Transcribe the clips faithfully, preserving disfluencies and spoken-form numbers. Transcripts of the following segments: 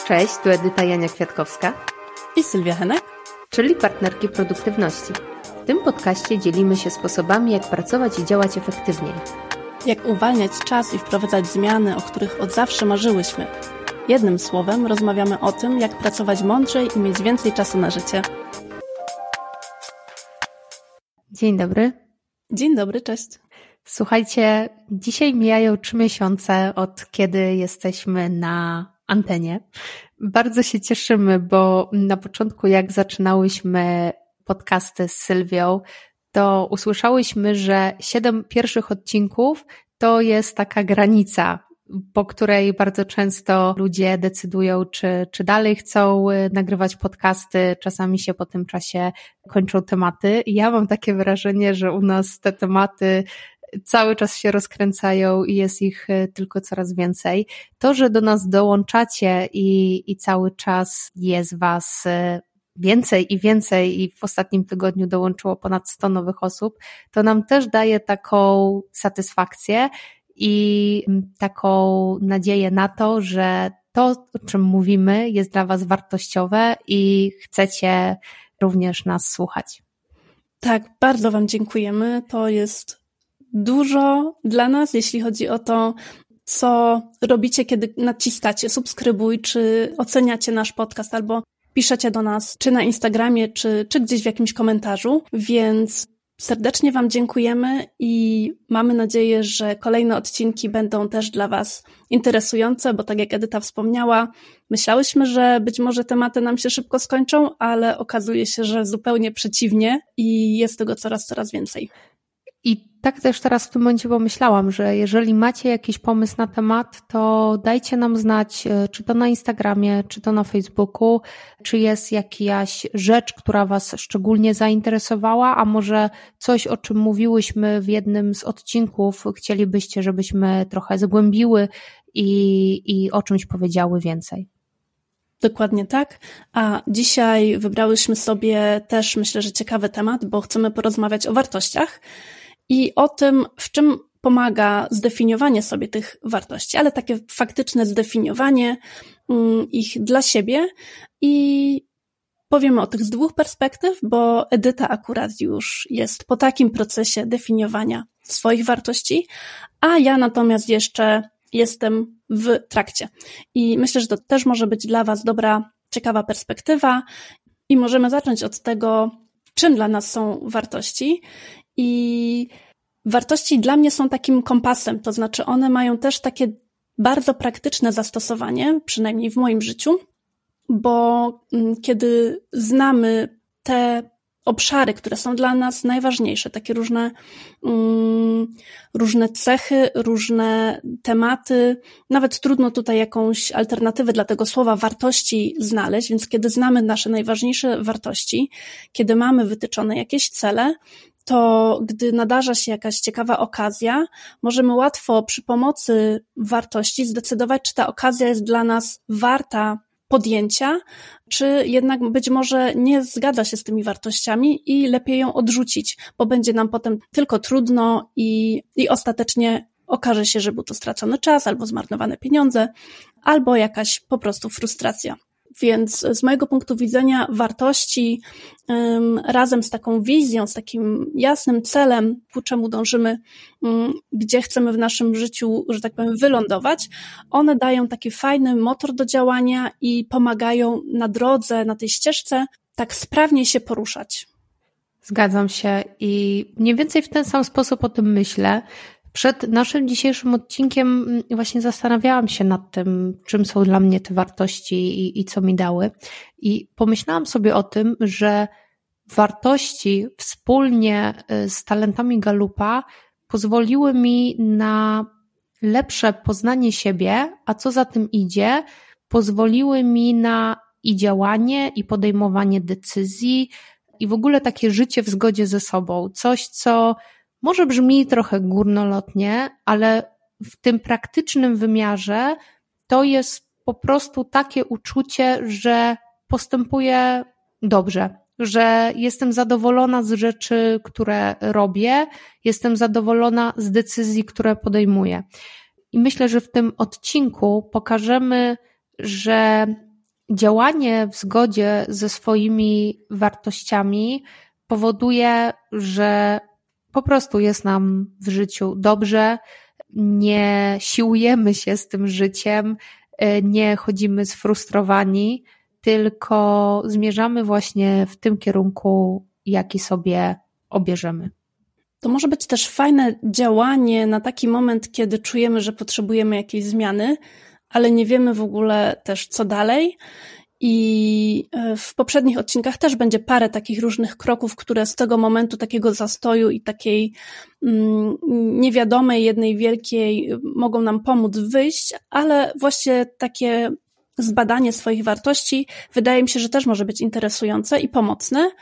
Cześć, tu Edyta Jania-Kwiatkowska i Sylwia Henek, czyli partnerki produktywności. W tym podcaście dzielimy się sposobami, jak pracować i działać efektywniej. Jak uwalniać czas i wprowadzać zmiany, o których od zawsze marzyłyśmy. Jednym słowem rozmawiamy o tym, jak pracować mądrzej i mieć więcej czasu na życie. Dzień dobry. Dzień dobry, cześć. Słuchajcie, dzisiaj mijają trzy miesiące od kiedy jesteśmy na antenie. Bardzo się cieszymy, bo na początku jak zaczynałyśmy podcasty z Sylwią, to usłyszałyśmy, że siedem pierwszych odcinków to jest taka granica, po której bardzo często ludzie decydują, czy, czy dalej chcą nagrywać podcasty. Czasami się po tym czasie kończą tematy. I ja mam takie wrażenie, że u nas te tematy cały czas się rozkręcają i jest ich tylko coraz więcej. To, że do nas dołączacie i, i cały czas jest was więcej i więcej i w ostatnim tygodniu dołączyło ponad sto nowych osób, to nam też daje taką satysfakcję i taką nadzieję na to, że to, o czym mówimy, jest dla was wartościowe i chcecie również nas słuchać. Tak, bardzo wam dziękujemy. To jest dużo dla nas, jeśli chodzi o to, co robicie, kiedy naciskacie subskrybuj, czy oceniacie nasz podcast, albo piszecie do nas, czy na Instagramie, czy, czy gdzieś w jakimś komentarzu, więc serdecznie wam dziękujemy i mamy nadzieję, że kolejne odcinki będą też dla was interesujące, bo tak jak Edyta wspomniała, myślałyśmy, że być może tematy nam się szybko skończą, ale okazuje się, że zupełnie przeciwnie i jest tego coraz, coraz więcej. I tak też teraz w tym momencie pomyślałam, że jeżeli macie jakiś pomysł na temat, to dajcie nam znać, czy to na Instagramie, czy to na Facebooku, czy jest jakaś rzecz, która was szczególnie zainteresowała, a może coś, o czym mówiłyśmy w jednym z odcinków, chcielibyście, żebyśmy trochę zgłębiły i, i o czymś powiedziały więcej. Dokładnie tak, a dzisiaj wybrałyśmy sobie też, myślę, że ciekawy temat, bo chcemy porozmawiać o wartościach i o tym, w czym pomaga zdefiniowanie sobie tych wartości, ale takie faktyczne zdefiniowanie ich dla siebie i powiemy o tych z dwóch perspektyw, bo Edyta akurat już jest po takim procesie definiowania swoich wartości, a ja natomiast jeszcze jestem w trakcie. I myślę, że to też może być dla was dobra, ciekawa perspektywa i możemy zacząć od tego, czym dla nas są wartości. I wartości dla mnie są takim kompasem, to znaczy one mają też takie bardzo praktyczne zastosowanie, przynajmniej w moim życiu, bo kiedy znamy te obszary, które są dla nas najważniejsze, takie różne, um, różne cechy, różne tematy, nawet trudno tutaj jakąś alternatywę dla tego słowa wartości znaleźć, więc kiedy znamy nasze najważniejsze wartości, kiedy mamy wytyczone jakieś cele, to gdy nadarza się jakaś ciekawa okazja, możemy łatwo przy pomocy wartości zdecydować, czy ta okazja jest dla nas warta podjęcia, czy jednak być może nie zgadza się z tymi wartościami i lepiej ją odrzucić, bo będzie nam potem tylko trudno i, i ostatecznie okaże się, że był to stracony czas, albo zmarnowane pieniądze, albo jakaś po prostu frustracja. Więc z mojego punktu widzenia wartości um, razem z taką wizją, z takim jasnym celem, ku czemu dążymy, um, gdzie chcemy w naszym życiu, że tak powiem, wylądować, one dają taki fajny motor do działania i pomagają na drodze, na tej ścieżce tak sprawniej się poruszać. Zgadzam się i mniej więcej w ten sam sposób o tym myślę. Przed naszym dzisiejszym odcinkiem właśnie zastanawiałam się nad tym, czym są dla mnie te wartości i, i co mi dały. I pomyślałam sobie o tym, że wartości wspólnie z talentami Gallupa pozwoliły mi na lepsze poznanie siebie, a co za tym idzie, pozwoliły mi na i działanie, i podejmowanie decyzji, i w ogóle takie życie w zgodzie ze sobą. Coś, co może brzmi trochę górnolotnie, ale w tym praktycznym wymiarze to jest po prostu takie uczucie, że postępuję dobrze, że jestem zadowolona z rzeczy, które robię, jestem zadowolona z decyzji, które podejmuję. I myślę, że w tym odcinku pokażemy, że działanie w zgodzie ze swoimi wartościami powoduje, że po prostu jest nam w życiu dobrze, nie siłujemy się z tym życiem, nie chodzimy sfrustrowani, tylko zmierzamy właśnie w tym kierunku, jaki sobie obierzemy. To może być też fajne działanie na taki moment, kiedy czujemy, że potrzebujemy jakiejś zmiany, ale nie wiemy w ogóle też co dalej. I w poprzednich odcinkach też będzie parę takich różnych kroków, które z tego momentu takiego zastoju i takiej mm, niewiadomej, jednej wielkiej mogą nam pomóc wyjść, ale właśnie takie zbadanie swoich wartości wydaje mi się, że też może być interesujące i pomocne.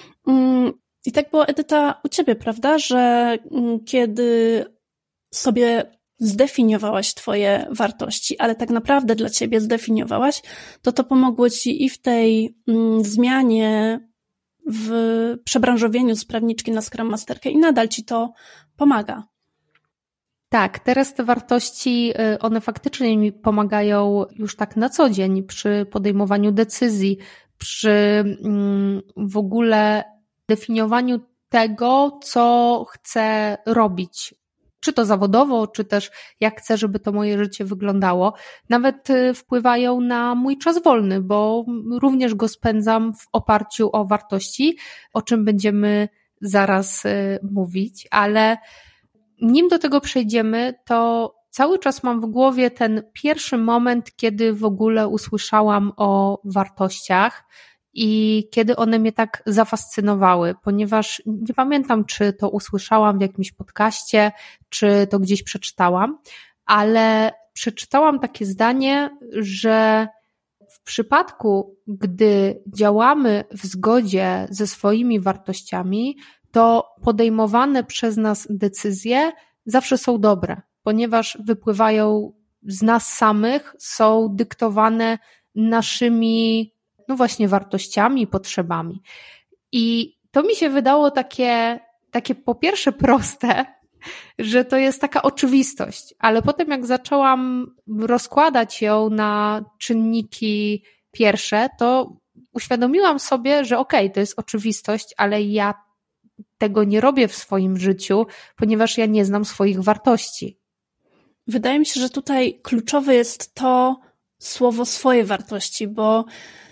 I tak było, Edyta, u ciebie, prawda, że kiedy sobie zdefiniowałaś twoje wartości, ale tak naprawdę dla ciebie zdefiniowałaś, to to pomogło ci i w tej mm, zmianie, w przebranżowieniu z prawniczki na Scrum Masterkę i nadal ci to pomaga. Tak, teraz te wartości, one faktycznie mi pomagają już tak na co dzień przy podejmowaniu decyzji, przy mm, w ogóle definiowaniu tego, co chcę robić. Czy to zawodowo, czy też jak chcę, żeby to moje życie wyglądało. Nawet wpływają na mój czas wolny, bo również go spędzam w oparciu o wartości, o czym będziemy zaraz mówić, ale nim do tego przejdziemy, to cały czas mam w głowie ten pierwszy moment, kiedy w ogóle usłyszałam o wartościach i kiedy one mnie tak zafascynowały, ponieważ nie pamiętam, czy to usłyszałam w jakimś podcaście, czy to gdzieś przeczytałam, ale przeczytałam takie zdanie, że w przypadku, gdy działamy w zgodzie ze swoimi wartościami, to podejmowane przez nas decyzje zawsze są dobre, ponieważ wypływają z nas samych, są dyktowane naszymi, no właśnie, wartościami i potrzebami. I to mi się wydało takie, takie po pierwsze proste, że to jest taka oczywistość, ale potem jak zaczęłam rozkładać ją na czynniki pierwsze, to uświadomiłam sobie, że okej, to jest oczywistość, ale ja tego nie robię w swoim życiu, ponieważ ja nie znam swoich wartości. Wydaje mi się, że tutaj kluczowe jest to słowo swoje wartości, bo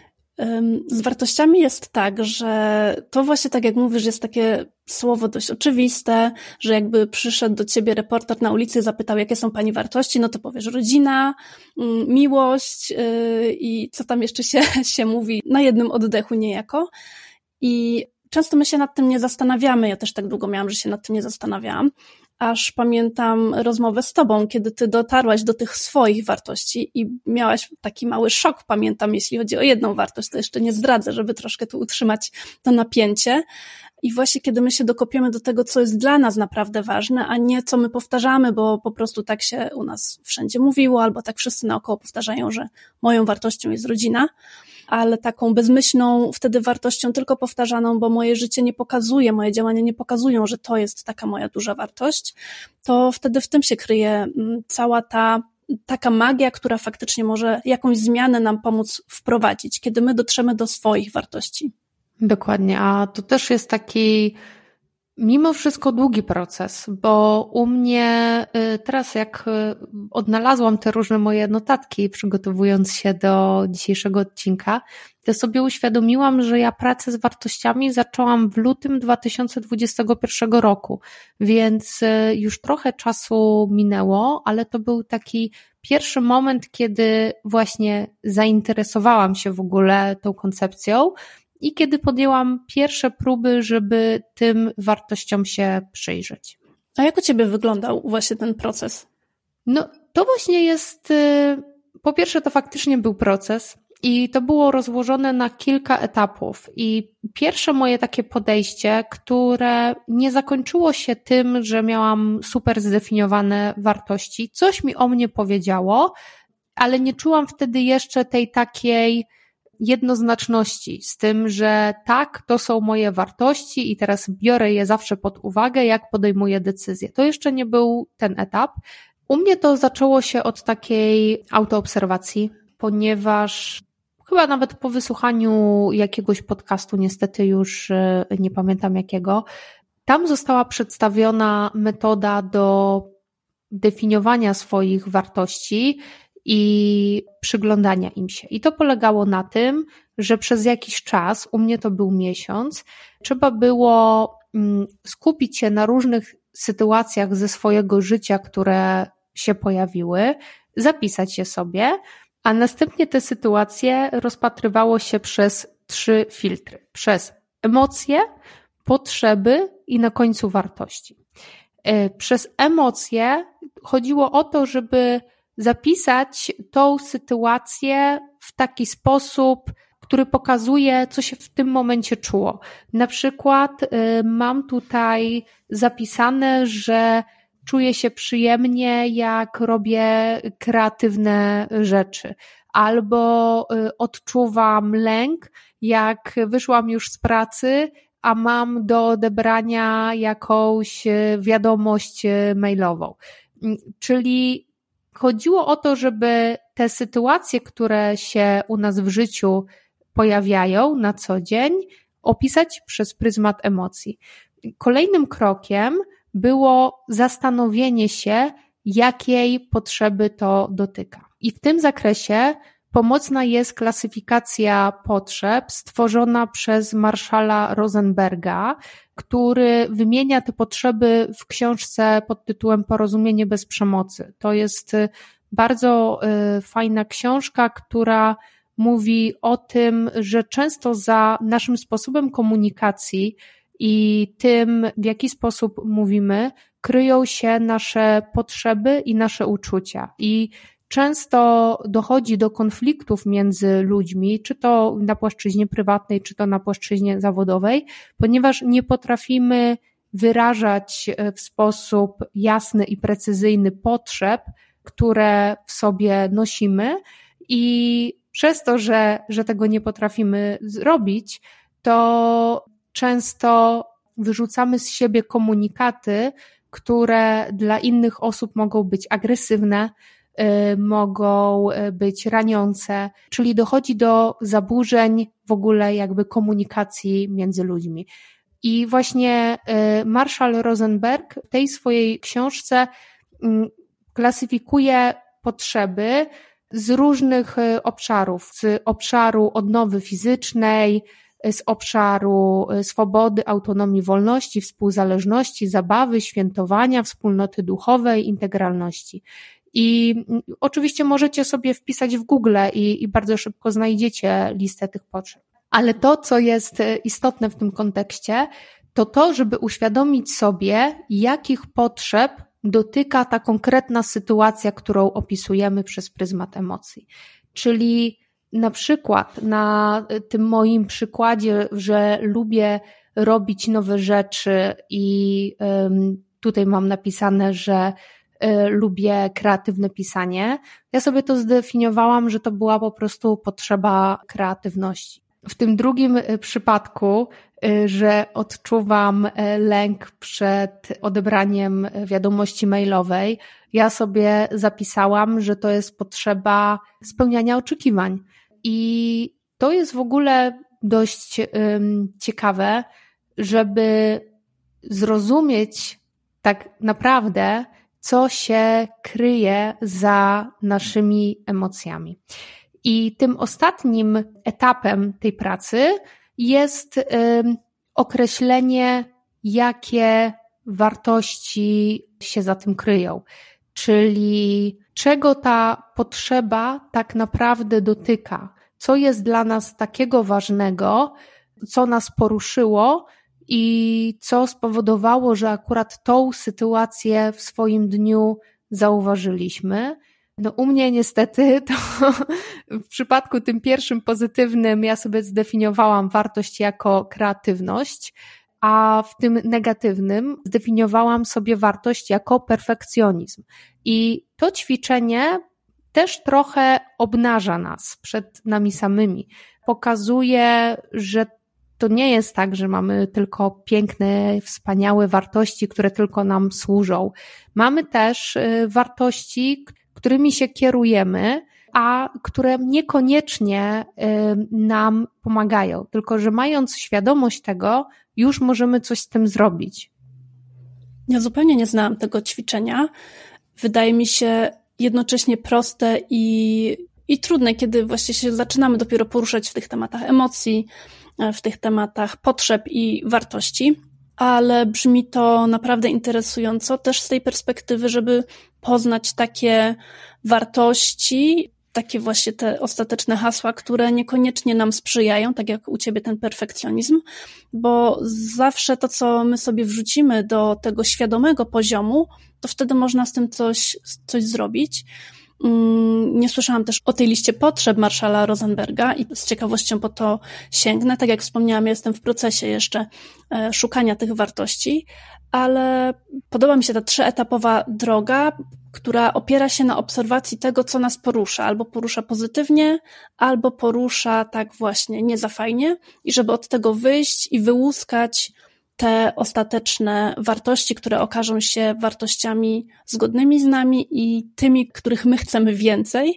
z wartościami jest tak, że to właśnie tak jak mówisz, jest takie słowo dość oczywiste, że jakby przyszedł do ciebie reporter na ulicy i zapytał, jakie są pani wartości, no to powiesz rodzina, miłość i co tam jeszcze się, się mówi na jednym oddechu niejako. I często my się nad tym nie zastanawiamy, ja też tak długo miałam, że się nad tym nie zastanawiałam, aż pamiętam rozmowę z tobą, kiedy ty dotarłaś do tych swoich wartości i miałaś taki mały szok, pamiętam, jeśli chodzi o jedną wartość, to jeszcze nie zdradzę, żeby troszkę tu utrzymać to napięcie. I właśnie kiedy my się dokopiemy do tego, co jest dla nas naprawdę ważne, a nie co my powtarzamy, bo po prostu tak się u nas wszędzie mówiło, albo tak wszyscy naokoło powtarzają, że moją wartością jest rodzina, ale taką bezmyślną wtedy wartością tylko powtarzaną, bo moje życie nie pokazuje, moje działania nie pokazują, że to jest taka moja duża wartość, to wtedy w tym się kryje cała ta taka magia, która faktycznie może jakąś zmianę nam pomóc wprowadzić, kiedy my dotrzemy do swoich wartości. Dokładnie, a to też jest taki mimo wszystko długi proces, bo u mnie teraz jak odnalazłam te różne moje notatki, przygotowując się do dzisiejszego odcinka, to sobie uświadomiłam, że ja pracę z wartościami zaczęłam w lutym dwa tysiące dwudziestego pierwszego roku, więc już trochę czasu minęło, ale to był taki pierwszy moment, kiedy właśnie zainteresowałam się w ogóle tą koncepcją i kiedy podjęłam pierwsze próby, żeby tym wartościom się przyjrzeć. A jak u ciebie wyglądał właśnie ten proces? No to właśnie jest, po pierwsze to faktycznie był proces i to było rozłożone na kilka etapów i pierwsze moje takie podejście, które nie zakończyło się tym, że miałam super zdefiniowane wartości, coś mi o mnie powiedziało, ale nie czułam wtedy jeszcze tej takiej jednoznaczności z tym, że tak, to są moje wartości i teraz biorę je zawsze pod uwagę, jak podejmuję decyzję. To jeszcze nie był ten etap. U mnie to zaczęło się od takiej autoobserwacji, ponieważ chyba nawet po wysłuchaniu jakiegoś podcastu, niestety już nie pamiętam jakiego, tam została przedstawiona metoda do definiowania swoich wartości i przyglądania im się. I to polegało na tym, że przez jakiś czas, u mnie to był miesiąc, trzeba było skupić się na różnych sytuacjach ze swojego życia, które się pojawiły, zapisać je sobie, a następnie te sytuacje rozpatrywało się przez trzy filtry. Przez emocje, potrzeby i na końcu wartości. Przez emocje chodziło o to, żeby zapisać tą sytuację w taki sposób, który pokazuje, co się w tym momencie czuło. Na przykład mam tutaj zapisane, że czuję się przyjemnie, jak robię kreatywne rzeczy, albo odczuwam lęk, jak wyszłam już z pracy, a mam do odebrania jakąś wiadomość mailową. Czyli chodziło o to, żeby te sytuacje, które się u nas w życiu pojawiają na co dzień, opisać przez pryzmat emocji. Kolejnym krokiem było zastanowienie się, jakiej potrzeby to dotyka. I w tym zakresie pomocna jest klasyfikacja potrzeb stworzona przez Marshalla Rosenberga, który wymienia te potrzeby w książce pod tytułem Porozumienie bez przemocy. To jest bardzo fajna książka, która mówi o tym, że często za naszym sposobem komunikacji i tym, w jaki sposób mówimy, kryją się nasze potrzeby i nasze uczucia. I często dochodzi do konfliktów między ludźmi, czy to na płaszczyźnie prywatnej, czy to na płaszczyźnie zawodowej, ponieważ nie potrafimy wyrażać w sposób jasny i precyzyjny potrzeb, które w sobie nosimy i przez to, że, że tego nie potrafimy zrobić, to często wyrzucamy z siebie komunikaty, które dla innych osób mogą być agresywne, mogą być raniące, czyli dochodzi do zaburzeń w ogóle jakby komunikacji między ludźmi. I właśnie Marshall Rosenberg w tej swojej książce klasyfikuje potrzeby z różnych obszarów, z obszaru odnowy fizycznej, z obszaru swobody, autonomii, wolności, współzależności, zabawy, świętowania, wspólnoty duchowej, integralności. I oczywiście możecie sobie wpisać w Google i, i bardzo szybko znajdziecie listę tych potrzeb. Ale to, co jest istotne w tym kontekście, to to, żeby uświadomić sobie, jakich potrzeb dotyka ta konkretna sytuacja, którą opisujemy przez pryzmat emocji. Czyli na przykład na tym moim przykładzie, że lubię robić nowe rzeczy i tutaj mam napisane, że lubię kreatywne pisanie. Ja sobie to zdefiniowałam, że to była po prostu potrzeba kreatywności. W tym drugim przypadku, że odczuwam lęk przed odebraniem wiadomości mailowej, ja sobie zapisałam, że to jest potrzeba spełniania oczekiwań. I to jest w ogóle dość um, ciekawe, żeby zrozumieć tak naprawdę, co się kryje za naszymi emocjami. I tym ostatnim etapem tej pracy jest um, określenie, jakie wartości się za tym kryją. Czyli czego ta potrzeba tak naprawdę dotyka, co jest dla nas takiego ważnego, co nas poruszyło i co spowodowało, że akurat tą sytuację w swoim dniu zauważyliśmy. No u mnie niestety to w przypadku tym pierwszym pozytywnym ja sobie zdefiniowałam wartość jako kreatywność, a w tym negatywnym zdefiniowałam sobie wartość jako perfekcjonizm. I to ćwiczenie też trochę obnaża nas przed nami samymi. Pokazuje, że to nie jest tak, że mamy tylko piękne, wspaniałe wartości, które tylko nam służą. Mamy też wartości, którymi się kierujemy a które niekoniecznie nam pomagają, tylko że mając świadomość tego, już możemy coś z tym zrobić. Ja zupełnie nie znałam tego ćwiczenia. Wydaje mi się jednocześnie proste i, i trudne, kiedy właśnie się zaczynamy dopiero poruszać w tych tematach emocji, w tych tematach potrzeb i wartości, ale brzmi to naprawdę interesująco też z tej perspektywy, żeby poznać takie wartości, takie właśnie te ostateczne hasła, które niekoniecznie nam sprzyjają, tak jak u ciebie ten perfekcjonizm, bo zawsze to, co my sobie wrzucimy do tego świadomego poziomu, to wtedy można z tym coś, coś zrobić. Nie słyszałam też o tej liście potrzeb Marshalla Rosenberga i z ciekawością po to sięgnę. Tak jak wspomniałam, jestem w procesie jeszcze szukania tych wartości, ale podoba mi się ta trzyetapowa droga, która opiera się na obserwacji tego, co nas porusza. Albo porusza pozytywnie, albo porusza tak właśnie nie za fajnie i żeby od tego wyjść i wyłuskać te ostateczne wartości, które okażą się wartościami zgodnymi z nami i tymi, których my chcemy więcej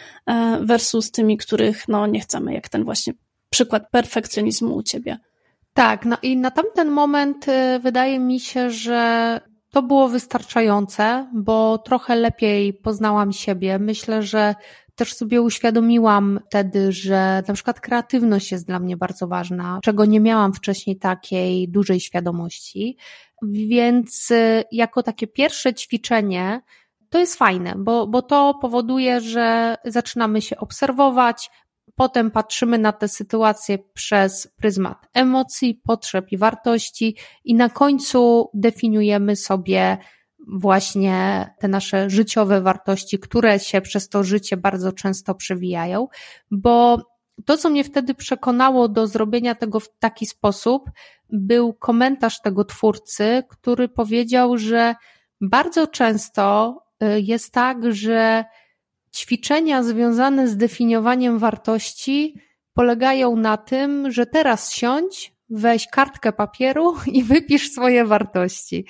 versus tymi, których no nie chcemy, jak ten właśnie przykład perfekcjonizmu u ciebie. Tak, no i na tamten moment wydaje mi się, że to było wystarczające, bo trochę lepiej poznałam siebie. Myślę, że też sobie uświadomiłam wtedy, że na przykład kreatywność jest dla mnie bardzo ważna, czego nie miałam wcześniej takiej dużej świadomości, więc jako takie pierwsze ćwiczenie to jest fajne, bo, bo to powoduje, że zaczynamy się obserwować, potem patrzymy na tę sytuację przez pryzmat emocji, potrzeb i wartości i na końcu definiujemy sobie właśnie te nasze życiowe wartości, które się przez to życie bardzo często przewijają, bo to, co mnie wtedy przekonało do zrobienia tego w taki sposób, był komentarz tego twórcy, który powiedział, że bardzo często jest tak, że ćwiczenia związane z definiowaniem wartości polegają na tym, że teraz siądź, weź kartkę papieru i wypisz swoje wartości.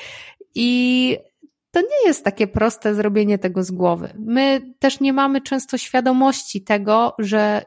I to nie jest takie proste zrobienie tego z głowy. My też nie mamy często świadomości tego, że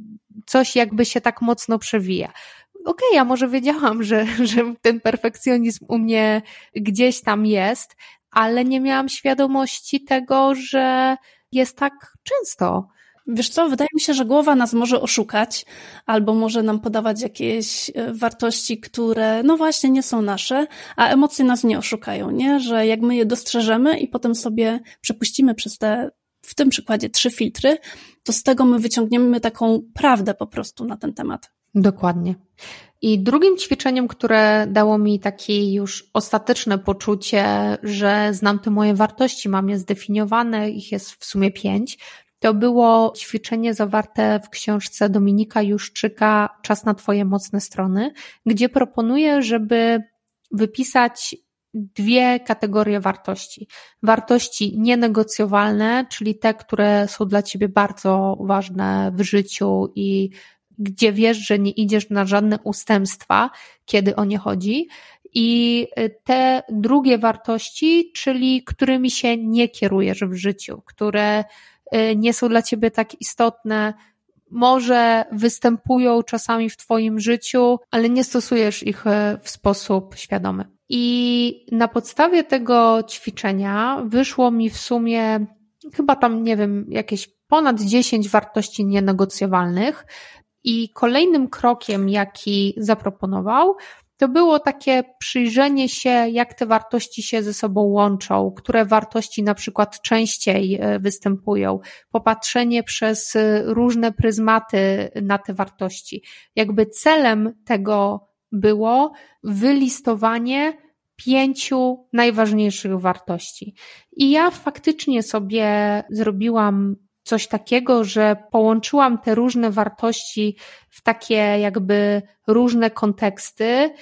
coś jakby się tak mocno przewija. Okej, okay, ja może wiedziałam, że, że ten perfekcjonizm u mnie gdzieś tam jest, ale nie miałam świadomości tego, że jest tak często. Wiesz co, wydaje mi się, że głowa nas może oszukać albo może nam podawać jakieś wartości, które no właśnie nie są nasze, a emocje nas nie oszukają, nie? Że jak my je dostrzeżemy i potem sobie przepuścimy przez te, w tym przykładzie trzy filtry, to z tego my wyciągniemy taką prawdę po prostu na ten temat. Dokładnie. I drugim ćwiczeniem, które dało mi takie już ostateczne poczucie, że znam te moje wartości, mam je zdefiniowane, ich jest w sumie pięć, to było ćwiczenie zawarte w książce Dominika Juszczyka Czas na Twoje mocne strony, gdzie proponuję, żeby wypisać dwie kategorie wartości. Wartości nienegocjowalne, czyli te, które są dla Ciebie bardzo ważne w życiu i gdzie wiesz, że nie idziesz na żadne ustępstwa, kiedy o nie chodzi. I te drugie wartości, czyli którymi się nie kierujesz w życiu, które nie są dla Ciebie tak istotne, może występują czasami w Twoim życiu, ale nie stosujesz ich w sposób świadomy. I na podstawie tego ćwiczenia wyszło mi w sumie chyba tam, nie wiem, jakieś ponad dziesięć wartości nienegocjowalnych i kolejnym krokiem, jaki zaproponował, to było takie przyjrzenie się, jak te wartości się ze sobą łączą, które wartości na przykład częściej występują, popatrzenie przez różne pryzmaty na te wartości. Jakby celem tego było wylistowanie pięciu najważniejszych wartości. I ja faktycznie sobie zrobiłam coś takiego, że połączyłam te różne wartości w takie jakby różne konteksty,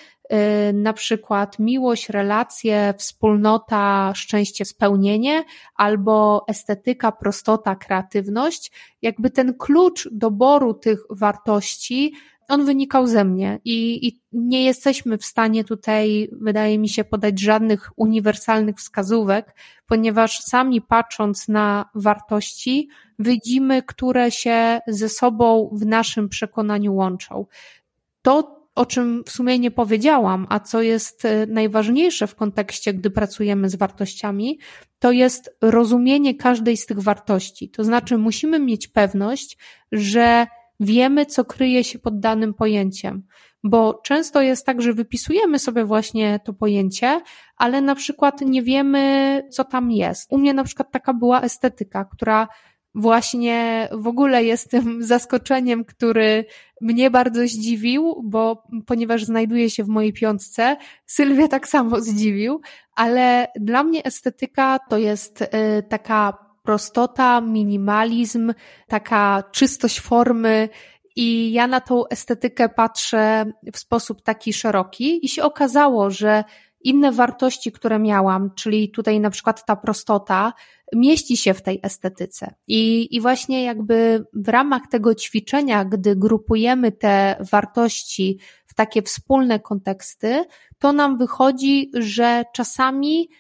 na przykład miłość, relacje, wspólnota, szczęście, spełnienie, albo estetyka, prostota, kreatywność. Jakby ten klucz doboru tych wartości on wynikał ze mnie i, i nie jesteśmy w stanie tutaj, wydaje mi się, podać żadnych uniwersalnych wskazówek, ponieważ sami patrząc na wartości, widzimy, które się ze sobą w naszym przekonaniu łączą. To, o czym w sumie nie powiedziałam, a co jest najważniejsze w kontekście, gdy pracujemy z wartościami, to jest rozumienie każdej z tych wartości. To znaczy musimy mieć pewność, że wiemy, co kryje się pod danym pojęciem, bo często jest tak, że wypisujemy sobie właśnie to pojęcie, ale na przykład nie wiemy, co tam jest. U mnie na przykład taka była estetyka, która właśnie w ogóle jest tym zaskoczeniem, który mnie bardzo zdziwił, bo ponieważ znajduje się w mojej piątce, Sylwię tak samo zdziwił, ale dla mnie estetyka to jest taka prostota, minimalizm, taka czystość formy i ja na tą estetykę patrzę w sposób taki szeroki i się okazało, że inne wartości, które miałam, czyli tutaj na przykład ta prostota, mieści się w tej estetyce. I, i właśnie jakby w ramach tego ćwiczenia, gdy grupujemy te wartości w takie wspólne konteksty, to nam wychodzi, że czasami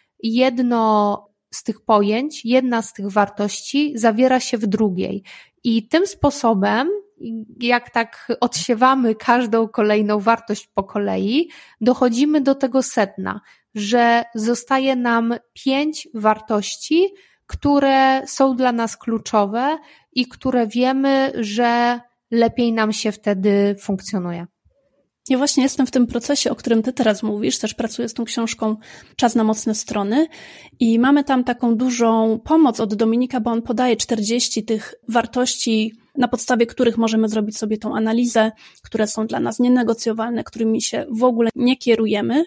jedno z tych pojęć, jedna z tych wartości zawiera się w drugiej. I tym sposobem, jak tak odsiewamy każdą kolejną wartość po kolei, dochodzimy do tego sedna, że zostaje nam pięć wartości, które są dla nas kluczowe i które wiemy, że lepiej nam się wtedy funkcjonuje. Ja właśnie jestem w tym procesie, o którym ty teraz mówisz, też pracuję z tą książką Czas na mocne strony i mamy tam taką dużą pomoc od Dominika, bo on podaje czterdzieści tych wartości, na podstawie których możemy zrobić sobie tą analizę, które są dla nas nienegocjowalne, którymi się w ogóle nie kierujemy.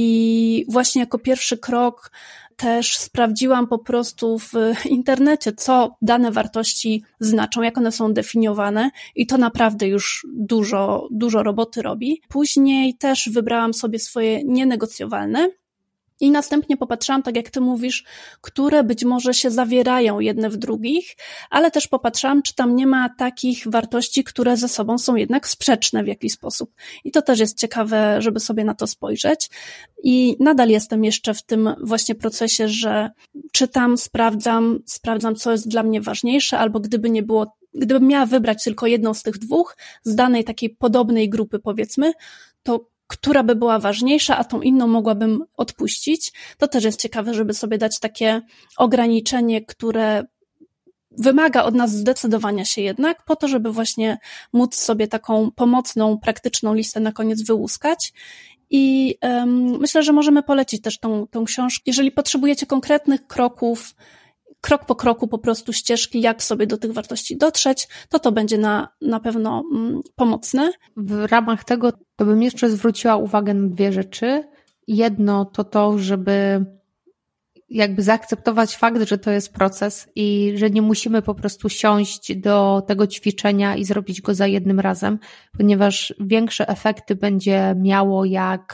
I właśnie jako pierwszy krok też sprawdziłam po prostu w internecie, co dane wartości znaczą, jak one są definiowane i to naprawdę już dużo, dużo roboty robi. Później też wybrałam sobie swoje nienegocjowalne i następnie popatrzyłam, tak jak ty mówisz, które być może się zawierają jedne w drugich, ale też popatrzyłam, czy tam nie ma takich wartości, które ze sobą są jednak sprzeczne w jakiś sposób. I to też jest ciekawe, żeby sobie na to spojrzeć. I nadal jestem jeszcze w tym właśnie procesie, że czytam, sprawdzam, sprawdzam, co jest dla mnie ważniejsze, albo gdyby nie było, gdybym miała wybrać tylko jedną z tych dwóch, z danej takiej podobnej grupy powiedzmy, to która by była ważniejsza, a tą inną mogłabym odpuścić. To też jest ciekawe, żeby sobie dać takie ograniczenie, które wymaga od nas zdecydowania się jednak, po to, żeby właśnie móc sobie taką pomocną, praktyczną listę na koniec wyłuskać. I um, myślę, że możemy polecić też tą, tą książkę. Jeżeli potrzebujecie konkretnych kroków, krok po kroku po prostu ścieżki, jak sobie do tych wartości dotrzeć, to to będzie na, na pewno mm, pomocne. W ramach tego to bym jeszcze zwróciła uwagę na dwie rzeczy. Jedno to to, żeby jakby zaakceptować fakt, że to jest proces i że nie musimy po prostu siąść do tego ćwiczenia i zrobić go za jednym razem, ponieważ większe efekty będzie miało, jak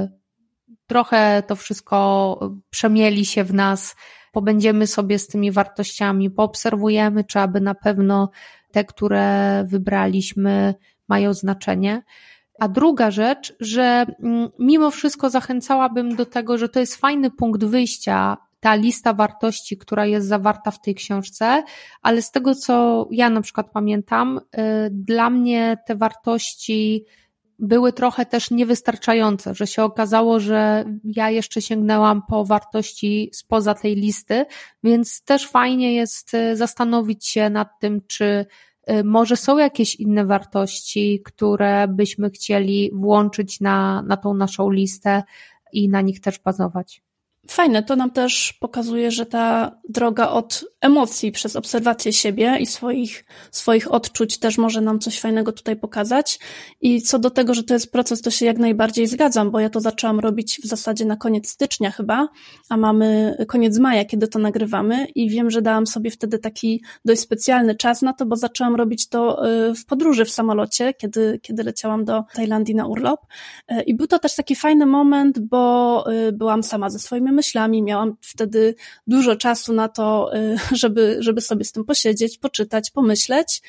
trochę to wszystko przemieli się w nas, pobędziemy sobie z tymi wartościami, poobserwujemy, czy aby na pewno te, które wybraliśmy, mają znaczenie. A druga rzecz, że mimo wszystko zachęcałabym do tego, że to jest fajny punkt wyjścia, ta lista wartości, która jest zawarta w tej książce, ale z tego, co ja na przykład pamiętam, dla mnie te wartości były trochę też niewystarczające, że się okazało, że ja jeszcze sięgnęłam po wartości spoza tej listy, więc też fajnie jest zastanowić się nad tym, czy może są jakieś inne wartości, które byśmy chcieli włączyć na, na tą naszą listę i na nich też bazować. Fajne, to nam też pokazuje, że ta droga od emocji przez obserwację siebie i swoich, swoich odczuć też może nam coś fajnego tutaj pokazać. I co do tego, że to jest proces, to się jak najbardziej zgadzam, bo ja to zaczęłam robić w zasadzie na koniec stycznia chyba, a mamy koniec maja, kiedy to nagrywamy i wiem, że dałam sobie wtedy taki dość specjalny czas na to, bo zaczęłam robić to w podróży w samolocie, kiedy, kiedy leciałam do Tajlandii na urlop. I był to też taki fajny moment, bo byłam sama ze swoimi myślami, miałam wtedy dużo czasu na to, żeby, żeby sobie z tym posiedzieć, poczytać, pomyśleć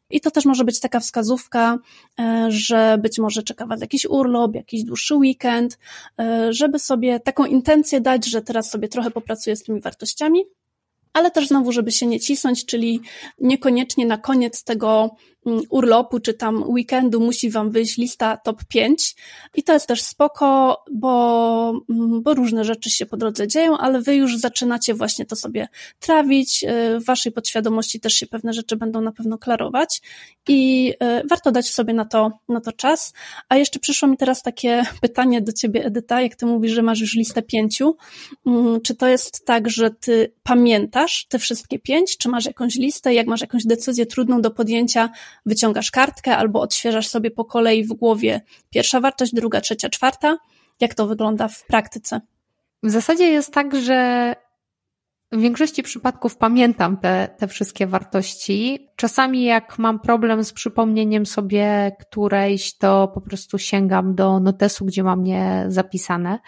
I to też może być taka wskazówka, że być może czeka Was jakiś urlop, jakiś dłuższy weekend, żeby sobie taką intencję dać, że teraz sobie trochę popracuję z tymi wartościami, ale też znowu, żeby się nie cisnąć, czyli niekoniecznie na koniec tego urlopu czy tam weekendu musi Wam wyjść lista top pięć i to jest też spoko, bo, bo różne rzeczy się po drodze dzieją, ale Wy już zaczynacie właśnie to sobie trawić, w Waszej podświadomości też się pewne rzeczy będą na pewno klarować i warto dać sobie na to, na to czas. A jeszcze przyszło mi teraz takie pytanie do Ciebie, Edyta, jak Ty mówisz, że masz już listę pięciu, czy to jest tak, że Ty pamiętasz te wszystkie pięć, czy masz jakąś listę, jak masz jakąś decyzję trudną do podjęcia, wyciągasz kartkę albo odświeżasz sobie po kolei w głowie pierwsza wartość, druga, trzecia, czwarta. Jak to wygląda w praktyce? W zasadzie jest tak, że w większości przypadków pamiętam te, te wszystkie wartości. Czasami jak mam problem z przypomnieniem sobie którejś, to po prostu sięgam do notesu, gdzie mam je zapisane.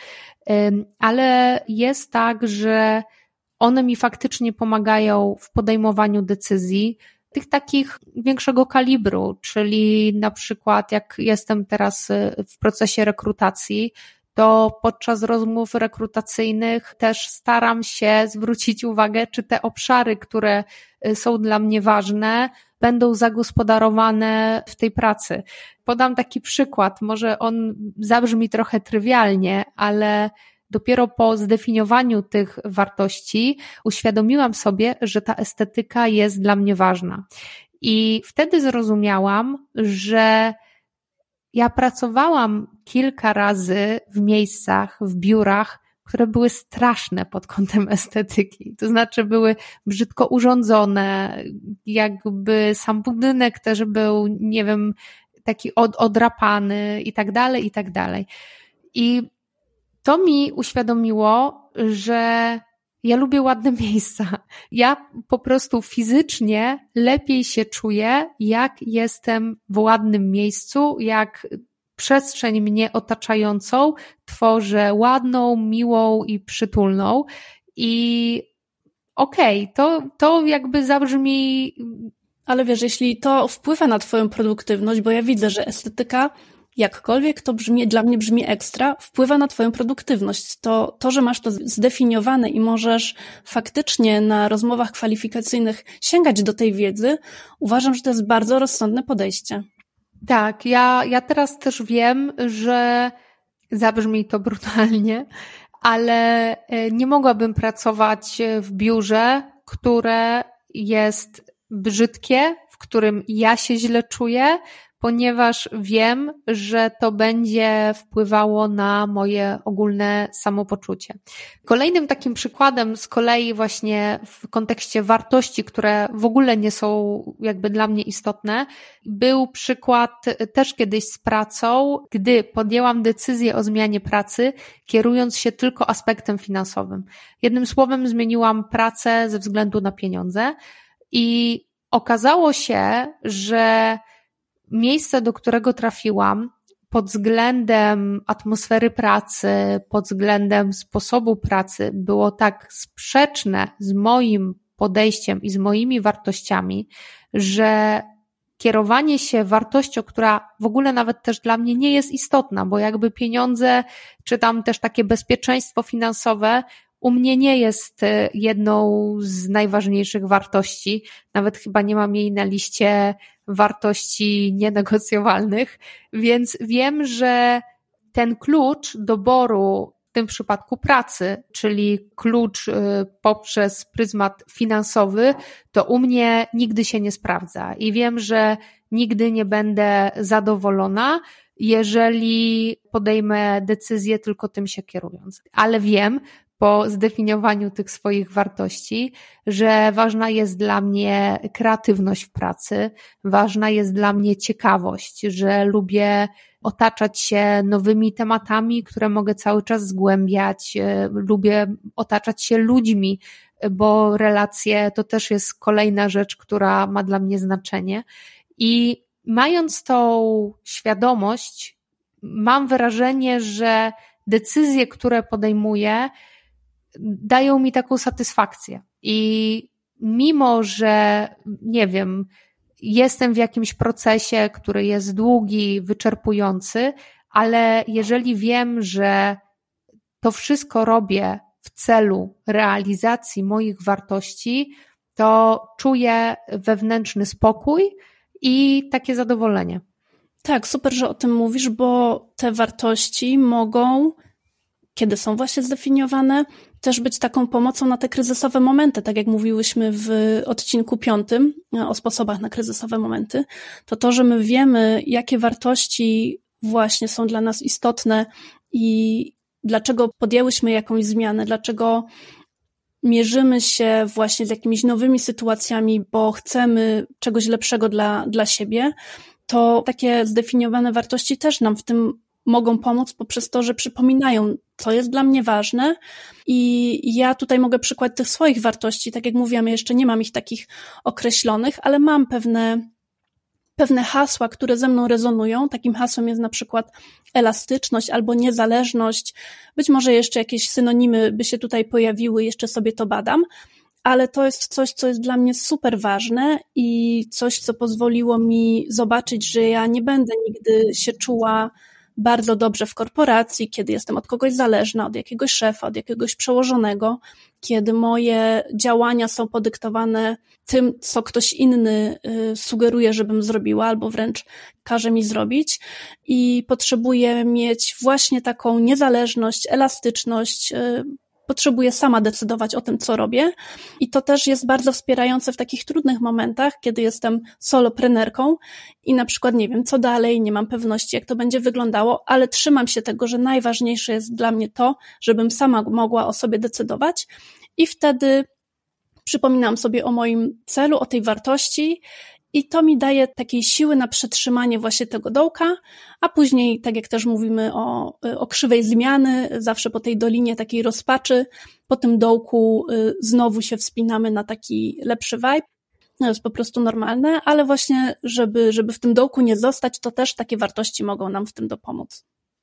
Ale jest tak, że one mi faktycznie pomagają w podejmowaniu decyzji, tych takich większego kalibru, czyli na przykład jak jestem teraz w procesie rekrutacji, to podczas rozmów rekrutacyjnych też staram się zwrócić uwagę, czy te obszary, które są dla mnie ważne, będą zagospodarowane w tej pracy. Podam taki przykład, może on zabrzmi trochę trywialnie, ale dopiero po zdefiniowaniu tych wartości uświadomiłam sobie, że ta estetyka jest dla mnie ważna. I wtedy zrozumiałam, że ja pracowałam kilka razy w miejscach, w biurach, które były straszne pod kątem estetyki. To znaczy były brzydko urządzone, jakby sam budynek też był, nie wiem, taki od, odrapany i tak dalej, i tak dalej. I to mi uświadomiło, że ja lubię ładne miejsca. Ja po prostu fizycznie lepiej się czuję, jak jestem w ładnym miejscu, jak przestrzeń mnie otaczającą tworzę ładną, miłą i przytulną. I okej, okay, to, to jakby zabrzmi... Ale wiesz, jeśli to wpływa na Twoją produktywność, bo ja widzę, że estetyka jakkolwiek to brzmi, dla mnie brzmi ekstra, wpływa na Twoją produktywność. To, to, że masz to zdefiniowane i możesz faktycznie na rozmowach kwalifikacyjnych sięgać do tej wiedzy, uważam, że to jest bardzo rozsądne podejście. Tak, ja, ja teraz też wiem, że zabrzmi to brutalnie, ale nie mogłabym pracować w biurze, które jest brzydkie, w którym ja się źle czuję, ponieważ wiem, że to będzie wpływało na moje ogólne samopoczucie. Kolejnym takim przykładem z kolei właśnie w kontekście wartości, które w ogóle nie są jakby dla mnie istotne, był przykład też kiedyś z pracą, gdy podjęłam decyzję o zmianie pracy, kierując się tylko aspektem finansowym. Jednym słowem zmieniłam pracę ze względu na pieniądze i okazało się, że miejsce, do którego trafiłam pod względem atmosfery pracy, pod względem sposobu pracy było tak sprzeczne z moim podejściem i z moimi wartościami, że kierowanie się wartością, która w ogóle nawet też dla mnie nie jest istotna, bo jakby pieniądze, czy tam też takie bezpieczeństwo finansowe u mnie nie jest jedną z najważniejszych wartości, nawet chyba nie mam jej na liście wartości nienegocjowalnych, więc wiem, że ten klucz doboru w tym przypadku pracy, czyli klucz poprzez pryzmat finansowy, to u mnie nigdy się nie sprawdza i wiem, że nigdy nie będę zadowolona, jeżeli podejmę decyzję tylko tym się kierując. Ale wiem, po zdefiniowaniu tych swoich wartości, że ważna jest dla mnie kreatywność w pracy, ważna jest dla mnie ciekawość, że lubię otaczać się nowymi tematami, które mogę cały czas zgłębiać, lubię otaczać się ludźmi, bo relacje to też jest kolejna rzecz, która ma dla mnie znaczenie. I mając tą świadomość, mam wrażenie, że decyzje, które podejmuję, dają mi taką satysfakcję. I mimo, że nie wiem, jestem w jakimś procesie, który jest długi, wyczerpujący, ale jeżeli wiem, że to wszystko robię w celu realizacji moich wartości, to czuję wewnętrzny spokój i takie zadowolenie. Tak, super, że o tym mówisz, bo te wartości mogą, kiedy są właśnie zdefiniowane, też być taką pomocą na te kryzysowe momenty, tak jak mówiłyśmy w odcinku piątym o sposobach na kryzysowe momenty, to to, że my wiemy, jakie wartości właśnie są dla nas istotne i dlaczego podjęłyśmy jakąś zmianę, dlaczego mierzymy się właśnie z jakimiś nowymi sytuacjami, bo chcemy czegoś lepszego dla, dla siebie, to takie zdefiniowane wartości też nam w tym mogą pomóc poprzez to, że przypominają, co jest dla mnie ważne i ja tutaj mogę przykład tych swoich wartości, tak jak mówiłam, ja jeszcze nie mam ich takich określonych, ale mam pewne, pewne hasła, które ze mną rezonują. Takim hasłem jest na przykład elastyczność albo niezależność, być może jeszcze jakieś synonimy by się tutaj pojawiły, jeszcze sobie to badam, ale to jest coś, co jest dla mnie super ważne i coś, co pozwoliło mi zobaczyć, że ja nie będę nigdy się czuła bardzo dobrze w korporacji, kiedy jestem od kogoś zależna, od jakiegoś szefa, od jakiegoś przełożonego, kiedy moje działania są podyktowane tym, co ktoś inny sugeruje, żebym zrobiła, albo wręcz każe mi zrobić i potrzebuję mieć właśnie taką niezależność, elastyczność, potrzebuję sama decydować o tym, co robię i to też jest bardzo wspierające w takich trudnych momentach, kiedy jestem soloprenerką i na przykład nie wiem, co dalej, nie mam pewności, jak to będzie wyglądało, ale trzymam się tego, że najważniejsze jest dla mnie to, żebym sama mogła o sobie decydować i wtedy przypominam sobie o moim celu, o tej wartości i to mi daje takiej siły na przetrzymanie właśnie tego dołka, a później, tak jak też mówimy o, o krzywej zmiany, zawsze po tej dolinie takiej rozpaczy, po tym dołku znowu się wspinamy na taki lepszy vibe. No jest po prostu normalne, ale właśnie, żeby, żeby w tym dołku nie zostać, to też takie wartości mogą nam w tym dopomóc.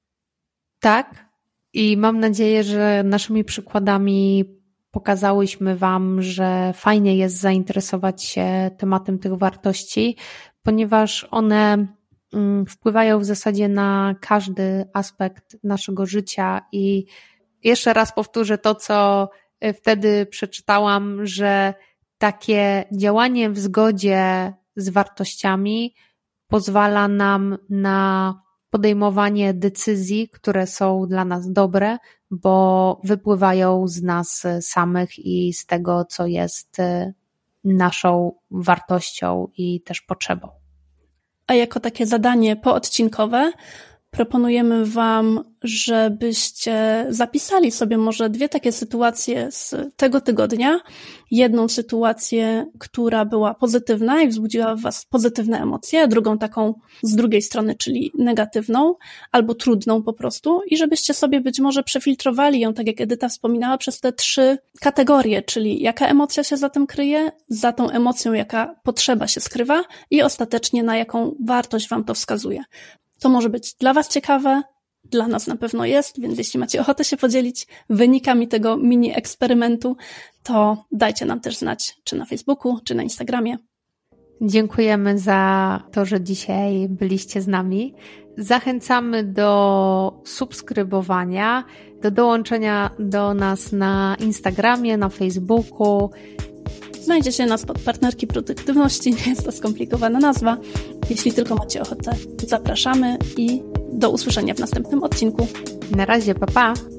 Tak i mam nadzieję, że naszymi przykładami pokazałyśmy Wam, że fajnie jest zainteresować się tematem tych wartości, ponieważ one wpływają w zasadzie na każdy aspekt naszego życia i jeszcze raz powtórzę to, co wtedy przeczytałam, że takie działanie w zgodzie z wartościami pozwala nam na podejmowanie decyzji, które są dla nas dobre, bo wypływają z nas samych i z tego, co jest naszą wartością i też potrzebą. A jako takie zadanie poodcinkowe proponujemy Wam, żebyście zapisali sobie może dwie takie sytuacje z tego tygodnia. Jedną sytuację, która była pozytywna i wzbudziła w Was pozytywne emocje, drugą taką z drugiej strony, czyli negatywną albo trudną po prostu i żebyście sobie być może przefiltrowali ją, tak jak Edyta wspominała, przez te trzy kategorie, czyli jaka emocja się za tym kryje, za tą emocją jaka potrzeba się skrywa i ostatecznie na jaką wartość Wam to wskazuje. To może być dla Was ciekawe, dla nas na pewno jest, więc jeśli macie ochotę się podzielić wynikami tego mini eksperymentu, to dajcie nam też znać, czy na Facebooku, czy na Instagramie. Dziękujemy za to, że dzisiaj byliście z nami. Zachęcamy do subskrybowania, do dołączenia do nas na Instagramie, na Facebooku. Znajdziecie nas pod Partnerki Produktywności, nie jest to skomplikowana nazwa. Jeśli tylko macie ochotę, zapraszamy i do usłyszenia w następnym odcinku. Na razie, pa pa!